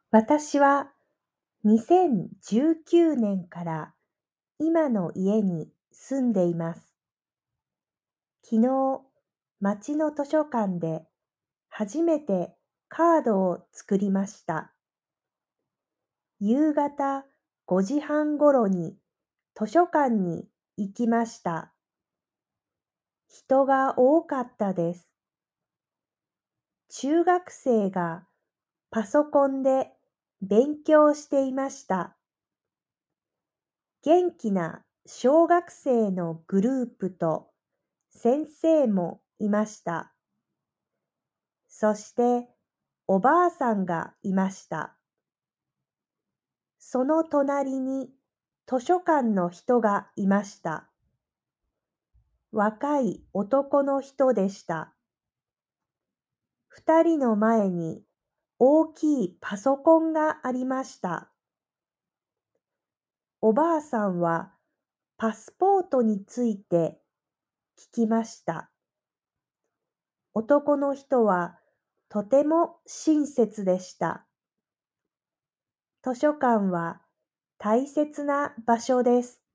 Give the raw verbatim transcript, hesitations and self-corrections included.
私はにせんじゅうきゅうねんから今の家に住んでいます。昨日、町の図書館で初めてカードを作りました。夕方ごじはんごろに図書館に行きました。人が多かったです。中学生がパソコンで勉強していました。元気な小学生のグループと先生もいました。そしておばあさんがいました。その隣に図書館の人がいました。若い男の人でした。二人の前に大きいパソコンがありました。おばあさんはパスポートについて聞きました。男の人はとても親切でした。図書館は大切な場所です。